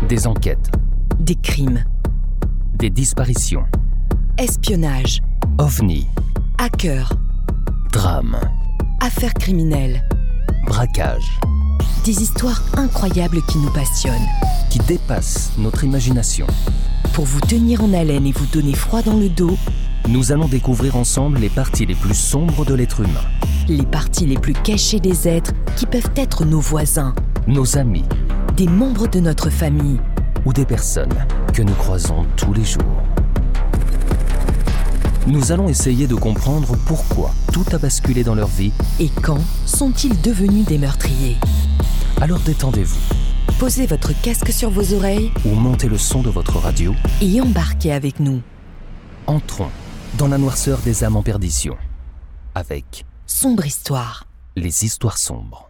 Des enquêtes, Des crimes, des disparitions, espionnage, ovnis, hackers, drames, affaires criminelles. braquages, Des histoires incroyables qui nous passionnent. qui dépassent notre imagination. Pour vous tenir en haleine et vous donner froid dans le dos, Nous allons découvrir ensemble les parties les plus sombres de l'être humain, les parties les plus cachées des êtres qui peuvent être nos voisins, nos amis des membres de notre famille. ou des personnes que nous croisons tous les jours. Nous allons essayer de comprendre pourquoi tout a basculé dans leur vie. Et quand sont-ils devenus des meurtriers? Alors détendez-vous Posez votre casque sur vos oreilles ou montez le son de votre radio. et embarquez avec nous. Entrons dans la noirceur des âmes en perdition avec Sombre histoire. les histoires sombres.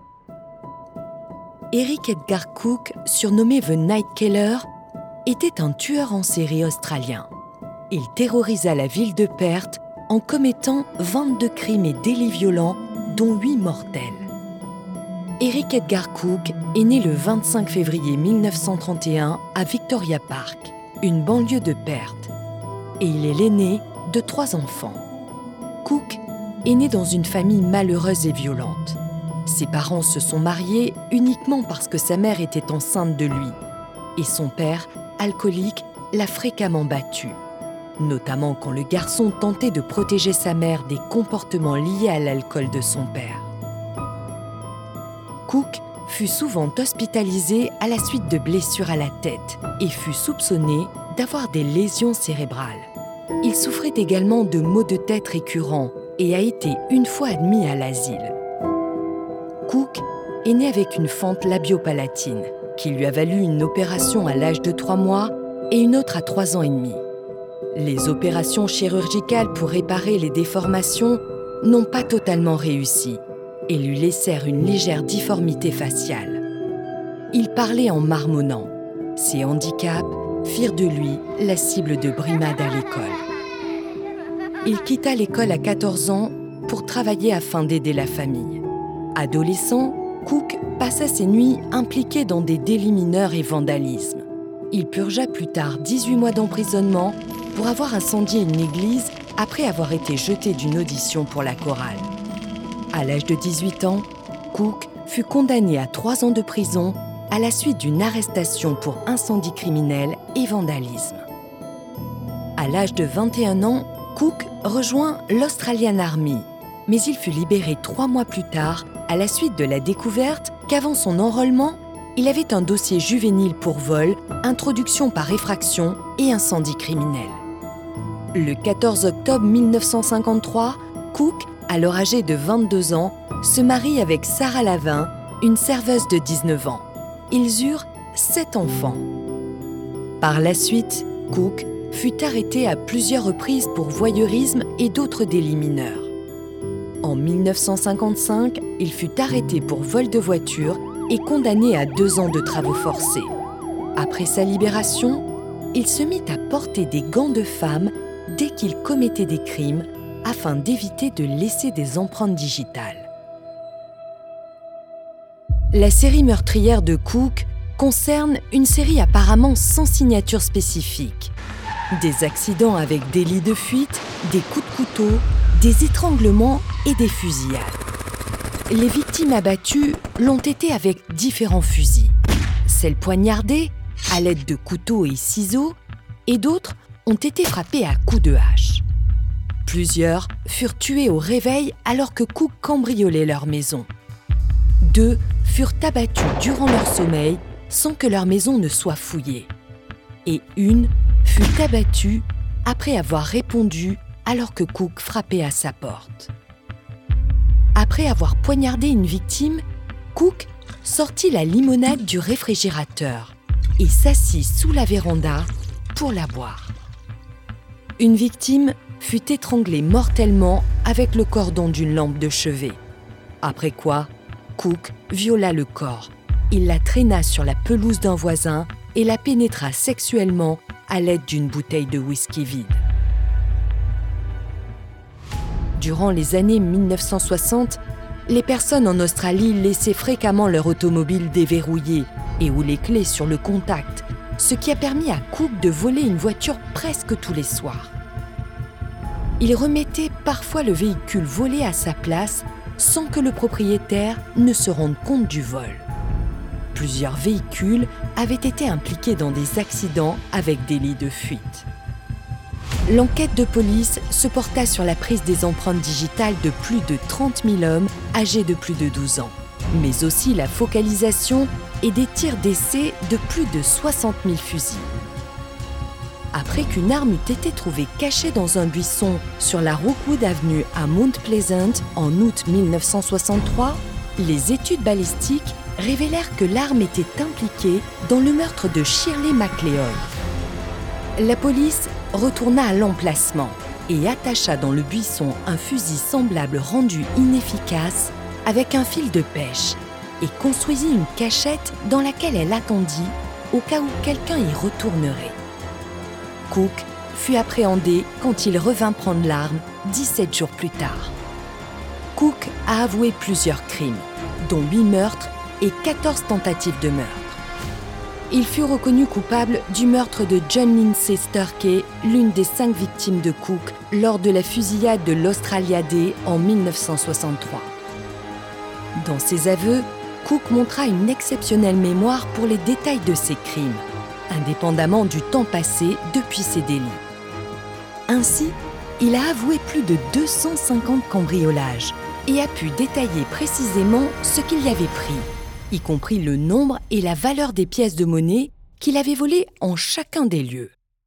Eric Edgar Cooke, surnommé The Night Killer, était un tueur en série australien. Il terrorisa la ville de Perth en commettant 22 crimes et délits violents, dont 8 mortels. Eric Edgar Cooke est né le 25 février 1931 à Victoria Park, une banlieue de Perth, et il est l'aîné de 3 enfants. Cooke est né dans une famille malheureuse et violente. Ses parents se sont mariés uniquement parce que sa mère était enceinte de lui, et son père, alcoolique, l'a fréquemment battu, notamment quand le garçon tentait de protéger sa mère des comportements liés à l'alcool de son père. Cooke fut souvent hospitalisé à la suite de blessures à la tête et fut soupçonné d'avoir des lésions cérébrales. Il souffrait également de maux de tête récurrents et a été une fois admis à l'asile. Cooke est né avec une fente labiopalatine qui lui a valu une opération à l'âge de 3 mois et une autre à 3 ans et demi. Les opérations chirurgicales pour réparer les déformations n'ont pas totalement réussi et lui laissèrent une légère difformité faciale. Il parlait en marmonnant. Ses handicaps firent de lui la cible de brimades à l'école. Il quitta l'école à 14 ans pour travailler afin d'aider la famille. Adolescent, Cooke passa ses nuits impliqué dans des délits mineurs et vandalisme. Il purgea plus tard 18 mois d'emprisonnement pour avoir incendié une église après avoir été jeté d'une audition pour la chorale. À l'âge de 18 ans, Cooke fut condamné à 3 ans de prison à la suite d'une arrestation pour incendie criminel et vandalisme. À l'âge de 21 ans, Cooke rejoint l'Australian Army, mais il fut libéré 3 mois plus tard à la suite de la découverte qu'avant son enrôlement, il avait un dossier juvénile pour vol, introduction par effraction et incendie criminel. Le 14 octobre 1953, Cooke, alors âgé de 22 ans, se marie avec Sarah Lavin, une serveuse de 19 ans. Ils eurent 7 enfants. Par la suite, Cooke fut arrêté à plusieurs reprises pour voyeurisme et d'autres délits mineurs. En 1955, il fut arrêté pour vol de voiture et condamné à 2 ans de travaux forcés. Après sa libération, il se mit à porter des gants de femme dès qu'il commettait des crimes afin d'éviter de laisser des empreintes digitales. La série meurtrière de Cooke concerne une série apparemment sans signature spécifique. Des accidents avec délits de fuite, des coups de couteau, des étranglements et des fusillades. Les victimes abattues l'ont été avec différents fusils. Celles poignardées, à l'aide de couteaux et ciseaux, et d'autres ont été frappées à coups de hache. Plusieurs furent tués au réveil alors que Cooke cambriolait leur maison. 2 furent abattus durant leur sommeil sans que leur maison ne soit fouillée. Et une fut abattue après avoir répondu alors que Cooke frappait à sa porte. Après avoir poignardé une victime, Cooke sortit la limonade du réfrigérateur et s'assit sous la véranda pour la boire. Une victime fut étranglée mortellement avec le cordon d'une lampe de chevet. Après quoi, Cooke viola le corps. Il la traîna sur la pelouse d'un voisin et la pénétra sexuellement à l'aide d'une bouteille de whisky vide. Durant les années 1960, les personnes en Australie laissaient fréquemment leur automobile déverrouillée et ou les clés sur le contact, ce qui a permis à Cook de voler une voiture presque tous les soirs. Il remettait parfois le véhicule volé à sa place sans que le propriétaire ne se rende compte du vol. Plusieurs véhicules avaient été impliqués dans des accidents avec délit de fuite. L'enquête de police se porta sur la prise des empreintes digitales de plus de 30 000 hommes âgés de plus de 12 ans, mais aussi la focalisation et des tirs d'essai de plus de 60 000 fusils. Après qu'une arme eut été trouvée cachée dans un buisson sur la Rookwood Avenue à Mount Pleasant en août 1963, les études balistiques révélèrent que l'arme était impliquée dans le meurtre de Shirley MacLeod. La police retourna à l'emplacement et attacha dans le buisson un fusil semblable rendu inefficace avec un fil de pêche et construisit une cachette dans laquelle elle attendit au cas où quelqu'un y retournerait. Cook fut appréhendé quand il revint prendre l'arme 17 jours plus tard. Cook a avoué plusieurs crimes, dont 8 meurtres et 14 tentatives de meurtre. Il fut reconnu coupable du meurtre de John Lindsay Sturkey, l'une des 5 victimes de Cook, lors de la fusillade de l'Australia Day en 1963. Dans ses aveux, Cook montra une exceptionnelle mémoire pour les détails de ses crimes, indépendamment du temps passé depuis ses délits. Ainsi, il a avoué plus de 250 cambriolages et a pu détailler précisément ce qu'il y avait pris, y compris le nombre et la valeur des pièces de monnaie qu'il avait volées en chacun des lieux.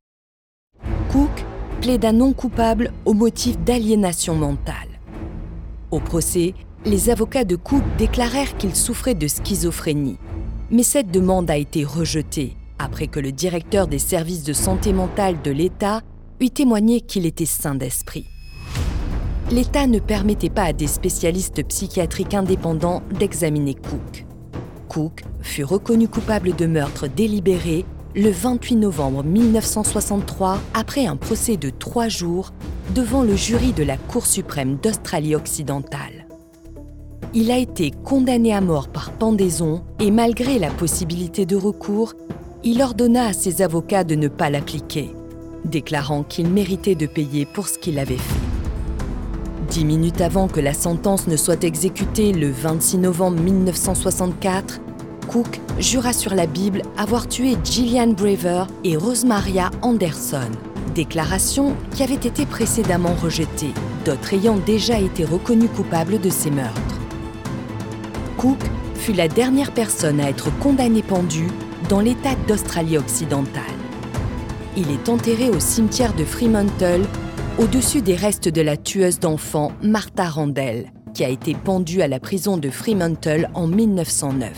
Cook plaida non coupable au motif d'aliénation mentale. Au procès, les avocats de Cook déclarèrent qu'il souffrait de schizophrénie, mais cette demande a été rejetée après que le directeur des services de santé mentale de l'État eut témoigné qu'il était sain d'esprit. L'État ne permettait pas à des spécialistes psychiatriques indépendants d'examiner Cook. Cook fut reconnu coupable de meurtre délibéré le 28 novembre 1963 après un procès de 3 jours devant le jury de la Cour suprême d'Australie-Occidentale. Il a été condamné à mort par pendaison et malgré la possibilité de recours, il ordonna à ses avocats de ne pas l'appliquer, déclarant qu'il méritait de payer pour ce qu'il avait fait. 10 minutes avant que la sentence ne soit exécutée le 26 novembre 1964, Cook jura sur la Bible avoir tué Gillian Braver et Rosemaria Anderson, déclaration qui avait été précédemment rejetée, d'autres ayant déjà été reconnus coupables de ces meurtres. Cook fut la dernière personne à être condamnée pendue dans l'État d'Australie-Occidentale. Il est enterré au cimetière de Fremantle, au-dessus des restes de la tueuse d'enfants Martha Randell, qui a été pendue à la prison de Fremantle en 1909.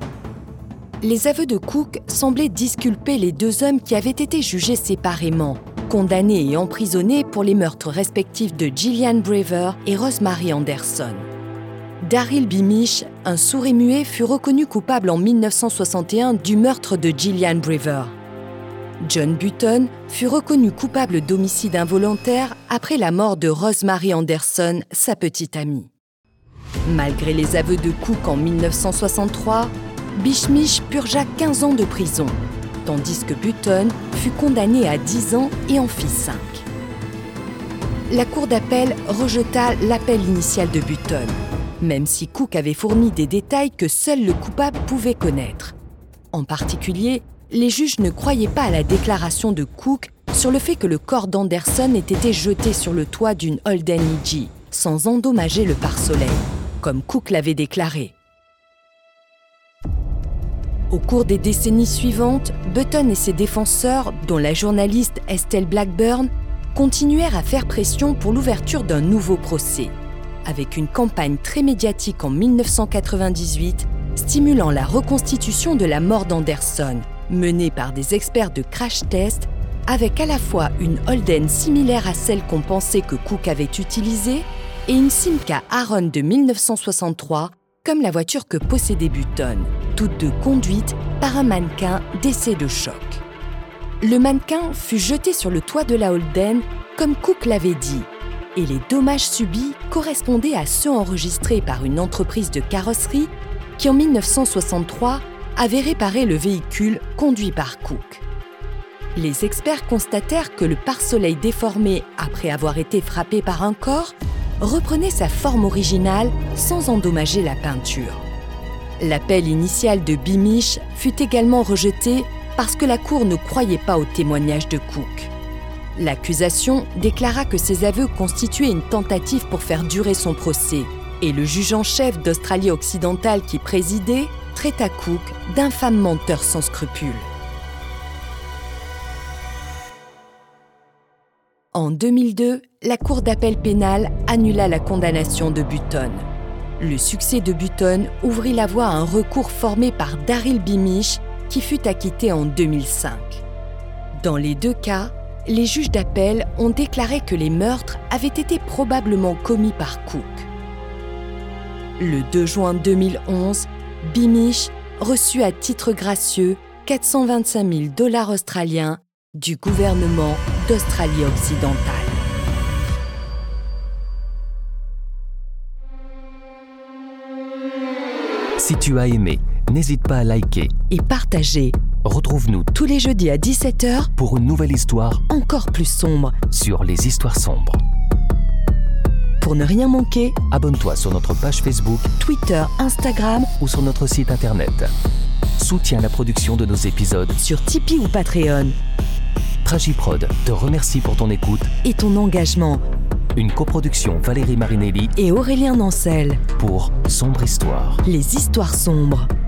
Les aveux de Cook semblaient disculper les 2 hommes qui avaient été jugés séparément, condamnés et emprisonnés pour les meurtres respectifs de Gillian Braver et Rosemary Anderson. Daryl Beamish, un sourd et muet, fut reconnu coupable en 1961 du meurtre de Gillian Braver. John Button fut reconnu coupable d'homicide involontaire après la mort de Rosemary Anderson, sa petite amie. Malgré les aveux de Cook en 1963, Beamish purgea 15 ans de prison, tandis que Button fut condamné à 10 ans et en fit 5. La Cour d'appel rejeta l'appel initial de Button, même si Cook avait fourni des détails que seul le coupable pouvait connaître. En particulier, les juges ne croyaient pas à la déclaration de Cook sur le fait que le corps d'Anderson ait été jeté sur le toit d'une Holden EG, sans endommager le pare-soleil, comme Cook l'avait déclaré. Au cours des décennies suivantes, Button et ses défenseurs, dont la journaliste Estelle Blackburn, continuèrent à faire pression pour l'ouverture d'un nouveau procès, avec une campagne très médiatique en 1998 stimulant la reconstitution de la mort d'Anderson, menée par des experts de crash test, avec à la fois une Holden similaire à celle qu'on pensait que Cook avait utilisée et une Simca Aron de 1963, comme la voiture que possédait Button, toutes 2 conduites par un mannequin d'essai de choc. Le mannequin fut jeté sur le toit de la Holden, comme Cook l'avait dit, et les dommages subis correspondaient à ceux enregistrés par une entreprise de carrosserie qui, en 1963, avait réparé le véhicule conduit par Cook. Les experts constatèrent que le pare-soleil déformé après avoir été frappé par un corps reprenait sa forme originale sans endommager la peinture. L'appel initial de Beamish fut également rejeté parce que la Cour ne croyait pas au témoignage de Cook. L'accusation déclara que ses aveux constituaient une tentative pour faire durer son procès et le juge en chef d'Australie-Occidentale qui présidait traita Cook d'infâme menteur sans scrupules. En 2002, la Cour d'appel pénale annula la condamnation de Button. Le succès de Button ouvrit la voie à un recours formé par Daryl Beamish qui fut acquitté en 2005. Dans les deux cas, les juges d'appel ont déclaré que les meurtres avaient été probablement commis par Cook. Le 2 juin 2011, Beamish reçut à titre gracieux 425 000 $ australiens du gouvernement d'Australie-Occidentale. Si tu as aimé, n'hésite pas à liker Et partager. Retrouve-nous Tous les jeudis à 17h pour une nouvelle histoire encore plus sombre. sur les histoires sombres. Pour ne rien manquer, Abonne-toi sur notre page Facebook Twitter, Instagram, ou sur notre site internet. Soutiens la production de nos épisodes. sur Tipeee ou Patreon. Tragiprod te remercie pour ton écoute. Et ton engagement. Une coproduction Valérie Marinelli Et Aurélien Nancel. pour Sombre Histoire. Les histoires sombres.